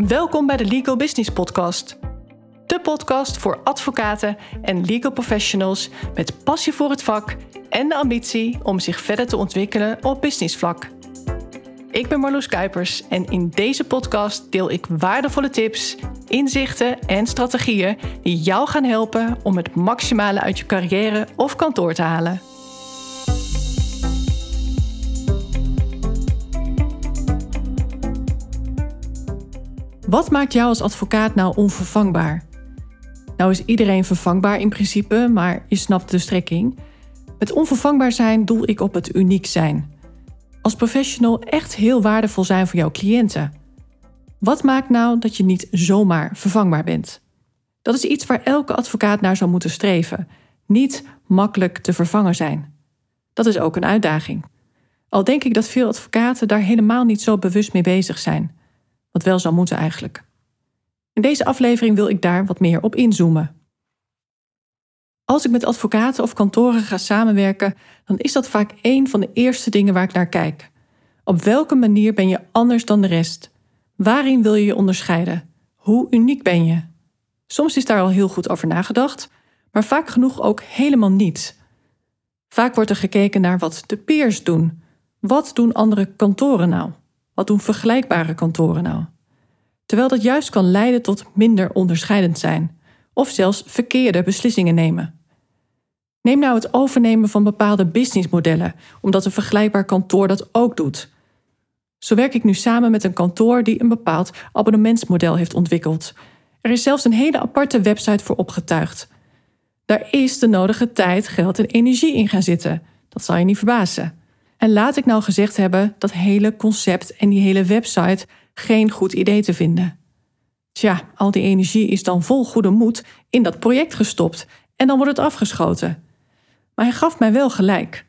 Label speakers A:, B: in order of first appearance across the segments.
A: Welkom bij de Legal Business Podcast. De podcast voor advocaten en legal professionals met passie voor het vak en de ambitie om zich verder te ontwikkelen op businessvlak. Ik ben Marloes Kuipers en in deze podcast deel ik waardevolle tips, inzichten en strategieën die jou gaan helpen om het maximale uit je carrière of kantoor te halen. Wat maakt jou als advocaat nou onvervangbaar? Nou is iedereen vervangbaar in principe, maar je snapt de strekking. Met onvervangbaar zijn doel ik op het uniek zijn. Als professional echt heel waardevol zijn voor jouw cliënten. Wat maakt nou dat je niet zomaar vervangbaar bent? Dat is iets waar elke advocaat naar zou moeten streven. Niet makkelijk te vervangen zijn. Dat is ook een uitdaging. Al denk ik dat veel advocaten daar helemaal niet zo bewust mee bezig zijn. Wat wel zou moeten eigenlijk. In deze aflevering wil ik daar wat meer op inzoomen. Als ik met advocaten of kantoren ga samenwerken, dan is dat vaak één van de eerste dingen waar ik naar kijk. Op welke manier ben je anders dan de rest? Waarin wil je je onderscheiden? Hoe uniek ben je? Soms is daar al heel goed over nagedacht, maar vaak genoeg ook helemaal niet. Vaak wordt er gekeken naar wat de peers doen. Wat doen andere kantoren nou? Wat doen vergelijkbare kantoren nou? Terwijl dat juist kan leiden tot minder onderscheidend zijn. Of zelfs verkeerde beslissingen nemen. Neem nou het overnemen van bepaalde businessmodellen, omdat een vergelijkbaar kantoor dat ook doet. Zo werk ik nu samen met een kantoor die een bepaald abonnementsmodel heeft ontwikkeld. Er is zelfs een hele aparte website voor opgetuigd. Daar is de nodige tijd, geld en energie in gaan zitten. Dat zal je niet verbazen. En laat ik nou gezegd hebben dat hele concept en die hele website geen goed idee te vinden. Tja, al die energie is dan vol goede moed in dat project gestopt en dan wordt het afgeschoten. Maar hij gaf mij wel gelijk.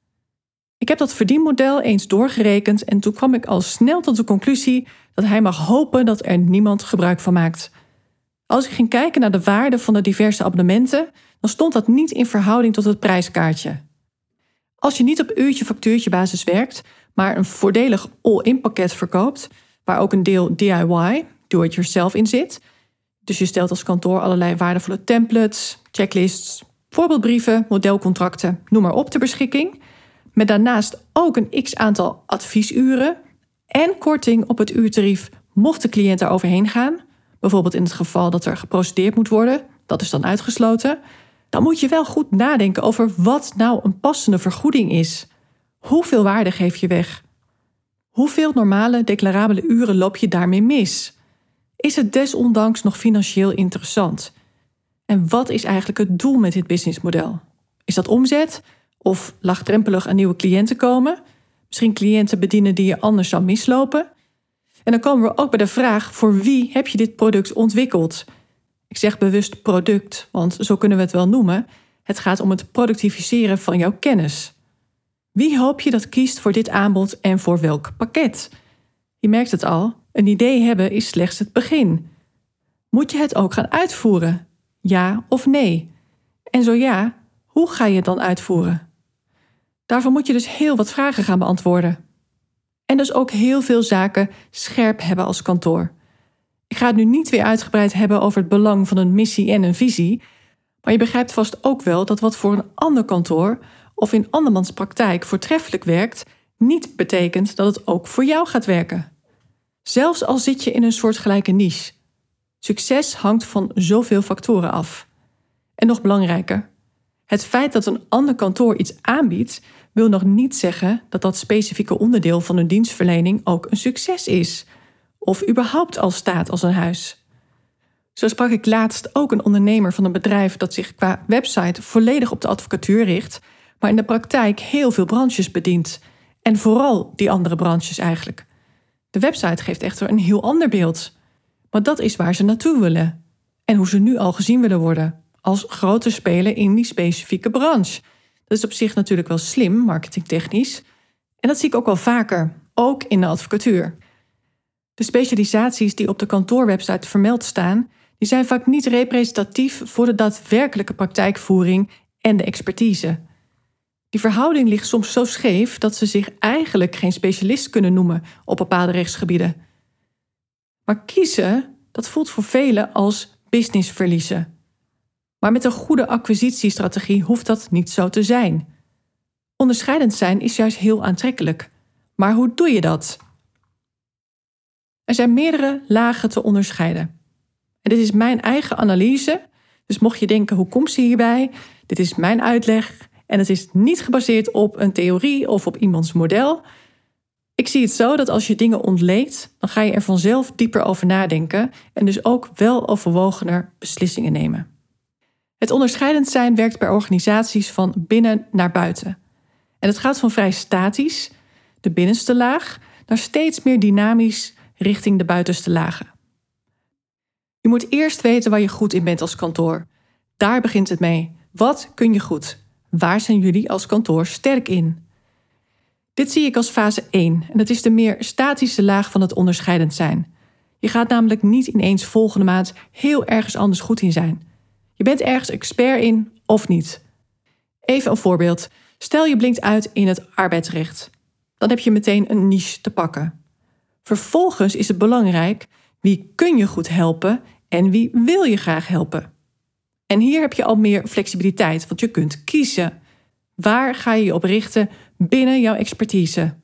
A: Ik heb dat verdienmodel eens doorgerekend en toen kwam ik al snel tot de conclusie dat hij mag hopen dat er niemand gebruik van maakt. Als ik ging kijken naar de waarde van de diverse abonnementen, dan stond dat niet in verhouding tot het prijskaartje. Als je niet op uurtje-factuurtje basis werkt, maar een voordelig all-in pakket verkoopt, waar ook een deel DIY, do-it-yourself in zit, dus je stelt als kantoor allerlei waardevolle templates, checklists, voorbeeldbrieven, modelcontracten, noem maar op ter beschikking, met daarnaast ook een x-aantal adviesuren en korting op het uurtarief mocht de cliënt daar overheen gaan, bijvoorbeeld in het geval dat er geprocedeerd moet worden, dat is dan uitgesloten, dan moet je wel goed nadenken over wat nou een passende vergoeding is. Hoeveel waarde geef je weg? Hoeveel normale declarabele uren loop je daarmee mis? Is het desondanks nog financieel interessant? En wat is eigenlijk het doel met dit businessmodel? Is dat omzet? Of laagdrempelig aan nieuwe cliënten komen? Misschien cliënten bedienen die je anders zou mislopen? En dan komen we ook bij de vraag, voor wie heb je dit product ontwikkeld? Ik zeg bewust product, want zo kunnen we het wel noemen. Het gaat om het productiviseren van jouw kennis. Wie hoop je dat kiest voor dit aanbod en voor welk pakket? Je merkt het al, een idee hebben is slechts het begin. Moet je het ook gaan uitvoeren? Ja of nee? En zo ja, hoe ga je het dan uitvoeren? Daarvoor moet je dus heel wat vragen gaan beantwoorden. En dus ook heel veel zaken scherp hebben als kantoor. Ik ga het nu niet weer uitgebreid hebben over het belang van een missie en een visie, maar je begrijpt vast ook wel dat wat voor een ander kantoor of in andermans praktijk voortreffelijk werkt, niet betekent dat het ook voor jou gaat werken. Zelfs al zit je in een soortgelijke niche. Succes hangt van zoveel factoren af. En nog belangrijker, het feit dat een ander kantoor iets aanbiedt, wil nog niet zeggen dat dat specifieke onderdeel van een dienstverlening ook een succes is. Of überhaupt al staat als een huis. Zo sprak ik laatst ook een ondernemer van een bedrijf dat zich qua website volledig op de advocatuur richt, maar in de praktijk heel veel branches bedient. En vooral die andere branches eigenlijk. De website geeft echter een heel ander beeld. Maar dat is waar ze naartoe willen. En hoe ze nu al gezien willen worden. Als grote speler in die specifieke branche. Dat is op zich natuurlijk wel slim, marketingtechnisch. En dat zie ik ook wel vaker, ook in de advocatuur. De specialisaties die op de kantoorwebsite vermeld staan, die zijn vaak niet representatief voor de daadwerkelijke praktijkvoering en de expertise. Die verhouding ligt soms zo scheef dat ze zich eigenlijk geen specialist kunnen noemen op bepaalde rechtsgebieden. Maar kiezen, dat voelt voor velen als business verliezen. Maar met een goede acquisitiestrategie hoeft dat niet zo te zijn. Onderscheidend zijn is juist heel aantrekkelijk. Maar hoe doe je dat? Er zijn meerdere lagen te onderscheiden. En dit is mijn eigen analyse, dus mocht je denken, hoe komt ze hierbij? Dit is mijn uitleg en het is niet gebaseerd op een theorie of op iemands model. Ik zie het zo dat als je dingen ontleedt, dan ga je er vanzelf dieper over nadenken en dus ook wel overwogener beslissingen nemen. Het onderscheidend zijn werkt bij organisaties van binnen naar buiten. En het gaat van vrij statisch, de binnenste laag, naar steeds meer dynamisch richting de buitenste lagen. Je moet eerst weten waar je goed in bent als kantoor. Daar begint het mee. Wat kun je goed? Waar zijn jullie als kantoor sterk in? Dit zie ik als fase 1 en dat is de meer statische laag van het onderscheidend zijn. Je gaat namelijk niet ineens volgende maand heel ergens anders goed in zijn. Je bent ergens expert in of niet. Even een voorbeeld. Stel je blinkt uit in het arbeidsrecht. Dan heb je meteen een niche te pakken. Vervolgens is het belangrijk wie kun je goed helpen en wie wil je graag helpen. En hier heb je al meer flexibiliteit, want je kunt kiezen. Waar ga je je op richten binnen jouw expertise?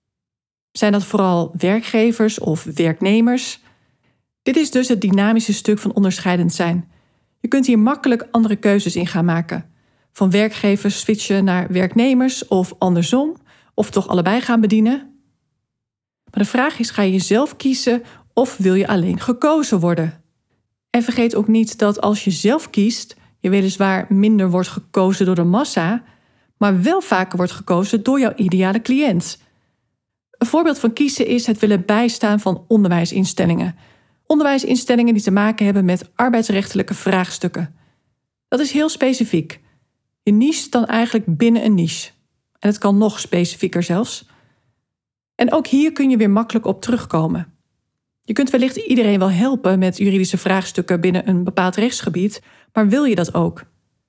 A: Zijn dat vooral werkgevers of werknemers? Dit is dus het dynamische stuk van onderscheidend zijn. Je kunt hier makkelijk andere keuzes in gaan maken. Van werkgevers switchen naar werknemers of andersom, of toch allebei gaan bedienen. Maar de vraag is, ga je zelf kiezen of wil je alleen gekozen worden? En vergeet ook niet dat als je zelf kiest, je weliswaar minder wordt gekozen door de massa, maar wel vaker wordt gekozen door jouw ideale cliënt. Een voorbeeld van kiezen is het willen bijstaan van onderwijsinstellingen. Onderwijsinstellingen die te maken hebben met arbeidsrechtelijke vraagstukken. Dat is heel specifiek. Je niche dan eigenlijk binnen een niche. En het kan nog specifieker zelfs. En ook hier kun je weer makkelijk op terugkomen. Je kunt wellicht iedereen wel helpen met juridische vraagstukken binnen een bepaald rechtsgebied, maar wil je dat ook?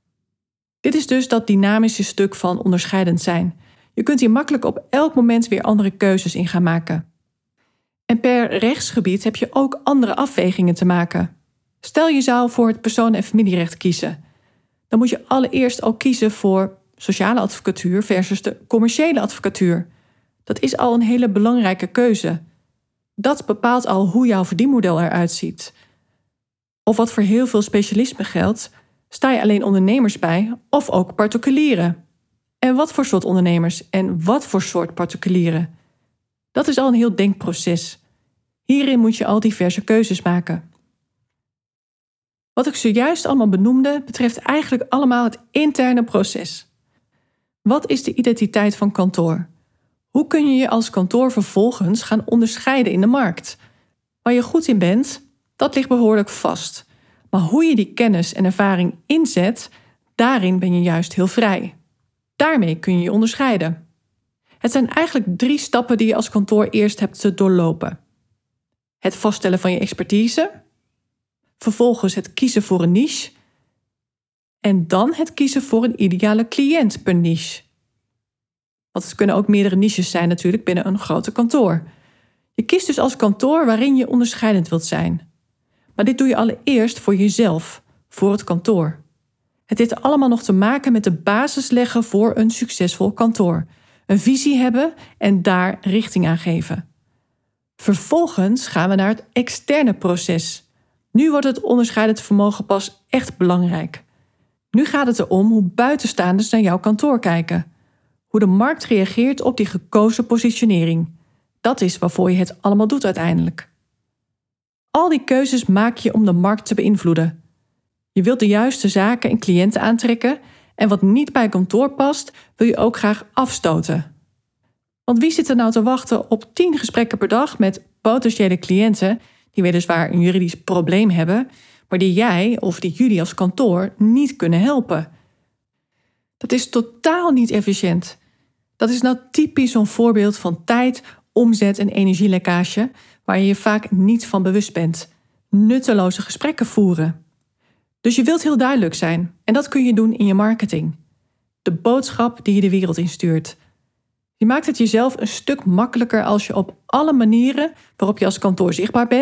A: Dit is dus dat dynamische stuk van onderscheidend zijn. Je kunt hier makkelijk op elk moment weer andere keuzes in gaan maken. En per rechtsgebied heb je ook andere afwegingen te maken. Stel je zou voor het persoon- en familierecht kiezen. Dan moet je allereerst al kiezen voor sociale advocatuur versus de commerciële advocatuur. Dat is al een hele belangrijke keuze. Dat bepaalt al hoe jouw verdienmodel eruit ziet. Of wat voor heel veel specialismen geldt, sta je alleen ondernemers bij of ook particulieren. En wat voor soort ondernemers en wat voor soort particulieren? Dat is al een heel denkproces. Hierin moet je al diverse keuzes maken. Wat ik zojuist allemaal benoemde, betreft eigenlijk allemaal het interne proces. Wat is de identiteit van kantoor? Hoe kun je je als kantoor vervolgens gaan onderscheiden in de markt? Waar je goed in bent, dat ligt behoorlijk vast. Maar hoe je die kennis en ervaring inzet, daarin ben je juist heel vrij. Daarmee kun je je onderscheiden. Het zijn eigenlijk 3 stappen die je als kantoor eerst hebt te doorlopen. Het vaststellen van je expertise, vervolgens het kiezen voor een niche en dan het kiezen voor een ideale cliënt per niche. Want het kunnen ook meerdere niches zijn natuurlijk binnen een grote kantoor. Je kiest dus als kantoor waarin je onderscheidend wilt zijn. Maar dit doe je allereerst voor jezelf, voor het kantoor. Het heeft allemaal nog te maken met de basis leggen voor een succesvol kantoor. Een visie hebben en daar richting aan geven. Vervolgens gaan we naar het externe proces. Nu wordt het onderscheidend vermogen pas echt belangrijk. Nu gaat het erom hoe buitenstaanders naar jouw kantoor kijken. Hoe de markt reageert op die gekozen positionering. Dat is waarvoor je het allemaal doet uiteindelijk. Al die keuzes maak je om de markt te beïnvloeden. Je wilt de juiste zaken en cliënten aantrekken en wat niet bij kantoor past, wil je ook graag afstoten. Want wie zit er nou te wachten op 10 gesprekken per dag met potentiële cliënten die weliswaar een juridisch probleem hebben, maar die jij of die jullie als kantoor niet kunnen helpen? Dat is totaal niet efficiënt. Dat is nou typisch zo'n voorbeeld van tijd, omzet en energielekkage waar je je vaak niet van bewust bent. Nutteloze gesprekken voeren. Dus je wilt heel duidelijk zijn en dat kun je doen in je marketing. De boodschap die je de wereld instuurt. Je maakt het jezelf een stuk makkelijker als je op alle manieren waarop je als kantoor zichtbaar bent,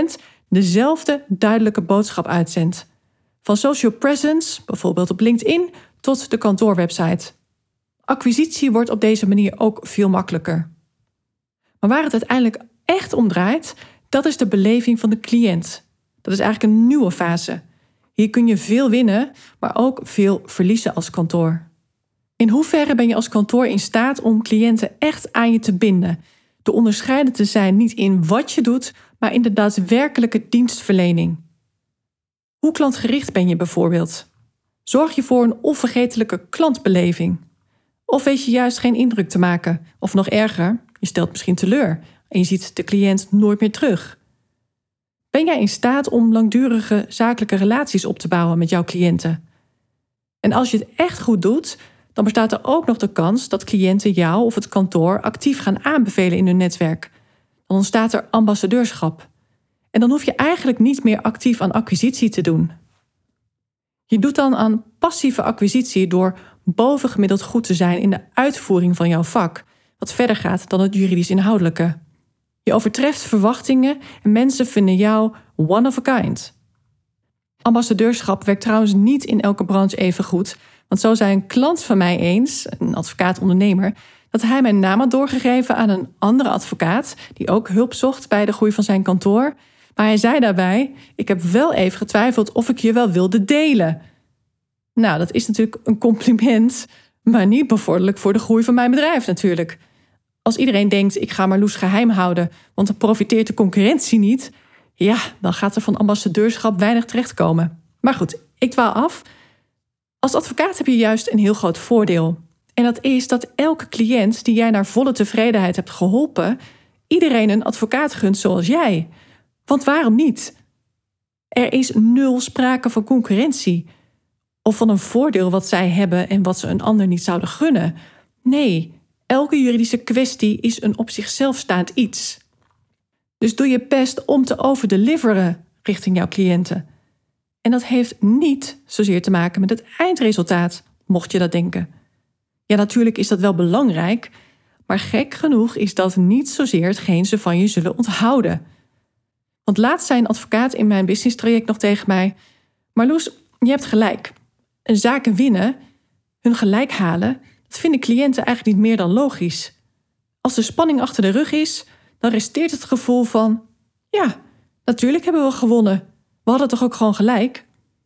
A: dezelfde duidelijke boodschap uitzendt. Van social presence, bijvoorbeeld op LinkedIn, tot de kantoorwebsite. Acquisitie wordt op deze manier ook veel makkelijker. Maar waar het uiteindelijk echt om draait, dat is de beleving van de cliënt. Dat is eigenlijk een nieuwe fase. Hier kun je veel winnen, maar ook veel verliezen als kantoor. In hoeverre ben je als kantoor in staat om cliënten echt aan je te binden? Door onderscheidend te zijn niet in wat je doet, maar in de daadwerkelijke dienstverlening. Hoe klantgericht ben je bijvoorbeeld? Zorg je voor een onvergetelijke klantbeleving? Of weet je juist geen indruk te maken? Of nog erger, je stelt misschien teleur en je ziet de cliënt nooit meer terug. Ben jij in staat om langdurige zakelijke relaties op te bouwen met jouw cliënten? En als je het echt goed doet, dan bestaat er ook nog de kans dat cliënten jou of het kantoor actief gaan aanbevelen in hun netwerk. Dan ontstaat er ambassadeurschap. En dan hoef je eigenlijk niet meer actief aan acquisitie te doen. Je doet dan aan passieve acquisitie door bovengemiddeld goed te zijn in de uitvoering van jouw vak, wat verder gaat dan het juridisch inhoudelijke. Je overtreft verwachtingen en mensen vinden jou one of a kind. Ambassadeurschap werkt trouwens niet in elke branche even goed, want zo zei een klant van mij eens, een advocaat-ondernemer, dat hij mijn naam had doorgegeven aan een andere advocaat die ook hulp zocht bij de groei van zijn kantoor. Maar hij zei daarbij, ik heb wel even getwijfeld of ik je wel wilde delen. Nou, dat is natuurlijk een compliment, maar niet bevorderlijk voor de groei van mijn bedrijf natuurlijk. Als iedereen denkt, ik ga Marloes geheim houden, want dan profiteert de concurrentie niet, ja, dan gaat er van ambassadeurschap weinig terechtkomen. Maar goed, ik dwaal af. Als advocaat heb je juist een heel groot voordeel. En dat is dat elke cliënt die jij naar volle tevredenheid hebt geholpen, iedereen een advocaat gunt zoals jij. Want waarom niet? Er is nul sprake van concurrentie. Of van een voordeel wat zij hebben en wat ze een ander niet zouden gunnen. Nee, elke juridische kwestie is een op zichzelf staand iets. Dus doe je best om te overdeliveren richting jouw cliënten. En dat heeft niet zozeer te maken met het eindresultaat, mocht je dat denken. Ja, natuurlijk is dat wel belangrijk, maar gek genoeg is dat niet zozeer hetgeen ze van je zullen onthouden. Want laatst zei een advocaat in mijn business traject nog tegen mij, Marloes, je hebt gelijk. Een zaken winnen, hun gelijk halen, dat vinden cliënten eigenlijk niet meer dan logisch. Als de spanning achter de rug is, dan resteert het gevoel van, ja, natuurlijk hebben we gewonnen. We hadden toch ook gewoon gelijk?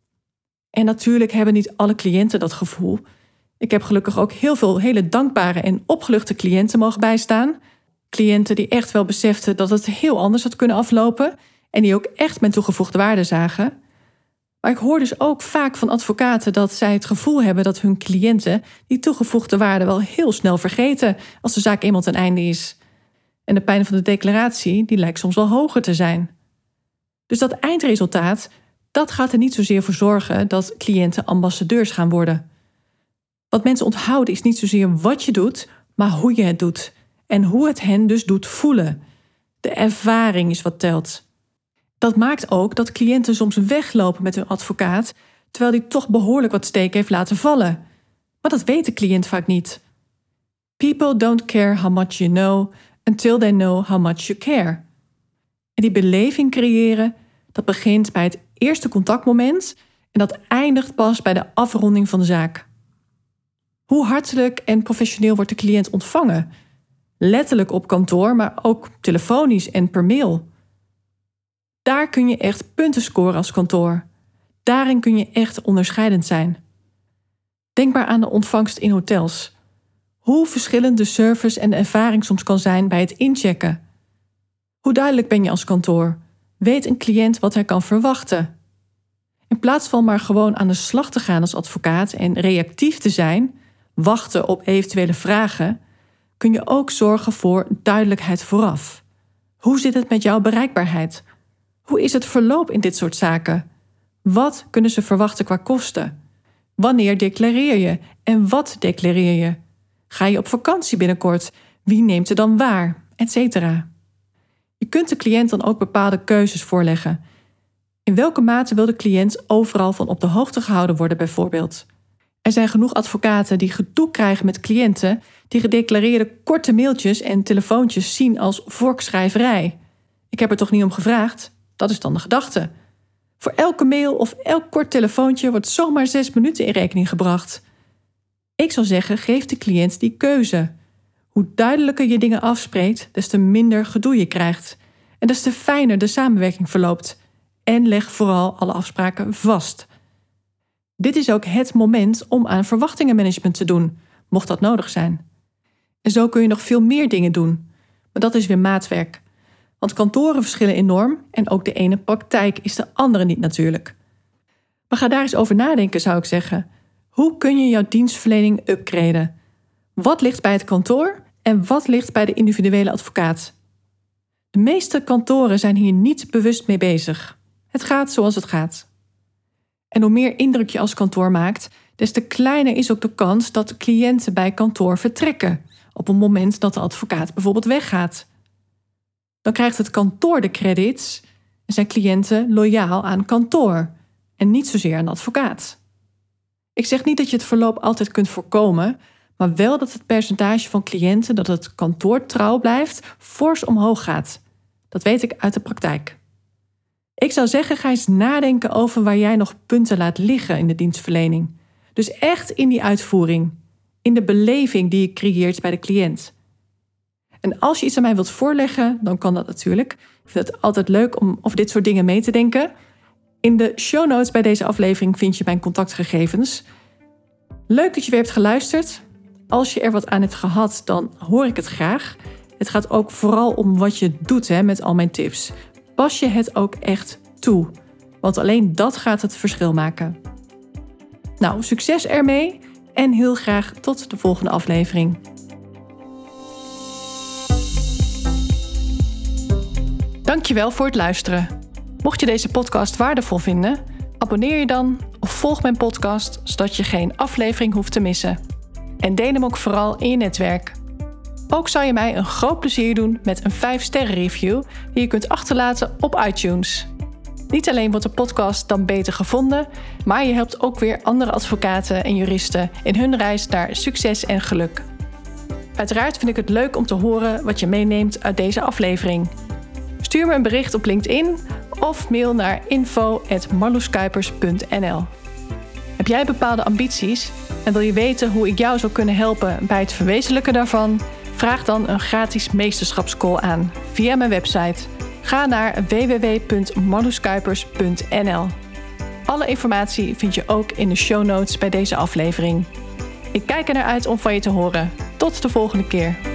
A: En natuurlijk hebben niet alle cliënten dat gevoel. Ik heb gelukkig ook heel veel hele dankbare en opgeluchte cliënten mogen bijstaan. Cliënten die echt wel beseften dat het heel anders had kunnen aflopen en die ook echt mijn toegevoegde waarde zagen. Maar ik hoor dus ook vaak van advocaten dat zij het gevoel hebben dat hun cliënten die toegevoegde waarde wel heel snel vergeten als de zaak eenmaal ten einde is. En de pijn van de declaratie die lijkt soms wel hoger te zijn. Dus dat eindresultaat, dat gaat er niet zozeer voor zorgen dat cliënten ambassadeurs gaan worden. Wat mensen onthouden is niet zozeer wat je doet, maar hoe je het doet. En hoe het hen dus doet voelen. De ervaring is wat telt. Dat maakt ook dat cliënten soms weglopen met hun advocaat, terwijl die toch behoorlijk wat steek heeft laten vallen. Maar dat weet de cliënt vaak niet. People don't care how much you know until they know how much you care. En die beleving creëren, dat begint bij het eerste contactmoment en dat eindigt pas bij de afronding van de zaak. Hoe hartelijk en professioneel wordt de cliënt ontvangen? Letterlijk op kantoor, maar ook telefonisch en per mail. Daar kun je echt punten scoren als kantoor. Daarin kun je echt onderscheidend zijn. Denk maar aan de ontvangst in hotels. Hoe verschillend de service en de ervaring soms kan zijn bij het inchecken. Hoe duidelijk ben je als kantoor? Weet een cliënt wat hij kan verwachten? In plaats van maar gewoon aan de slag te gaan als advocaat en reactief te zijn, wachten op eventuele vragen, kun je ook zorgen voor duidelijkheid vooraf. Hoe zit het met jouw bereikbaarheid? Hoe is het verloop in dit soort zaken? Wat kunnen ze verwachten qua kosten? Wanneer declareer je en wat declareer je? Ga je op vakantie binnenkort? Wie neemt er dan waar? Etcetera. Je kunt de cliënt dan ook bepaalde keuzes voorleggen. In welke mate wil de cliënt overal van op de hoogte gehouden worden bijvoorbeeld? Er zijn genoeg advocaten die gedoe krijgen met cliënten die gedeclareerde korte mailtjes en telefoontjes zien als vorkschrijverij. Ik heb er toch niet om gevraagd? Dat is dan de gedachte. Voor elke mail of elk kort telefoontje wordt zomaar 6 minuten in rekening gebracht. Ik zou zeggen, geef de cliënt die keuze. Hoe duidelijker je dingen afspreekt, des te minder gedoe je krijgt. En des te fijner de samenwerking verloopt. En leg vooral alle afspraken vast. Dit is ook het moment om aan verwachtingenmanagement te doen, mocht dat nodig zijn. En zo kun je nog veel meer dingen doen. Maar dat is weer maatwerk. Want kantoren verschillen enorm en ook de ene praktijk is de andere niet natuurlijk. Maar ga daar eens over nadenken, zou ik zeggen. Hoe kun je jouw dienstverlening upgraden? Wat ligt bij het kantoor en wat ligt bij de individuele advocaat? De meeste kantoren zijn hier niet bewust mee bezig. Het gaat zoals het gaat. En hoe meer indruk je als kantoor maakt, des te kleiner is ook de kans dat cliënten bij kantoor vertrekken op het moment dat de advocaat bijvoorbeeld weggaat. Dan krijgt het kantoor de credits en zijn cliënten loyaal aan kantoor en niet zozeer aan de advocaat. Ik zeg niet dat je het verloop altijd kunt voorkomen, maar wel dat het percentage van cliënten dat het kantoor trouw blijft fors omhoog gaat. Dat weet ik uit de praktijk. Ik zou zeggen, ga eens nadenken over waar jij nog punten laat liggen in de dienstverlening. Dus echt in die uitvoering, in de beleving die je creëert bij de cliënt. En als je iets aan mij wilt voorleggen, dan kan dat natuurlijk. Ik vind het altijd leuk om over dit soort dingen mee te denken. In de show notes bij deze aflevering vind je mijn contactgegevens. Leuk dat je weer hebt geluisterd. Als je er wat aan hebt gehad, dan hoor ik het graag. Het gaat ook vooral om wat je doet met al mijn tips. Pas je het ook echt toe. Want alleen dat gaat het verschil maken. Nou, succes ermee en heel graag tot de volgende aflevering. Dankjewel voor het luisteren. Mocht je deze podcast waardevol vinden, abonneer je dan of volg mijn podcast, zodat je geen aflevering hoeft te missen. En deel hem ook vooral in je netwerk. Ook zou je mij een groot plezier doen met een 5-sterren review die je kunt achterlaten op iTunes. Niet alleen wordt de podcast dan beter gevonden, maar je helpt ook weer andere advocaten en juristen in hun reis naar succes en geluk. Uiteraard vind ik het leuk om te horen wat je meeneemt uit deze aflevering. Stuur me een bericht op LinkedIn of mail naar info@marloeskuipers.nl. Heb jij bepaalde ambities en wil je weten hoe ik jou zou kunnen helpen bij het verwezenlijken daarvan? Vraag dan een gratis meesterschapscall aan via mijn website. Ga naar www.marloeskuipers.nl. Alle informatie vind je ook in de show notes bij deze aflevering. Ik kijk er naar uit om van je te horen. Tot de volgende keer.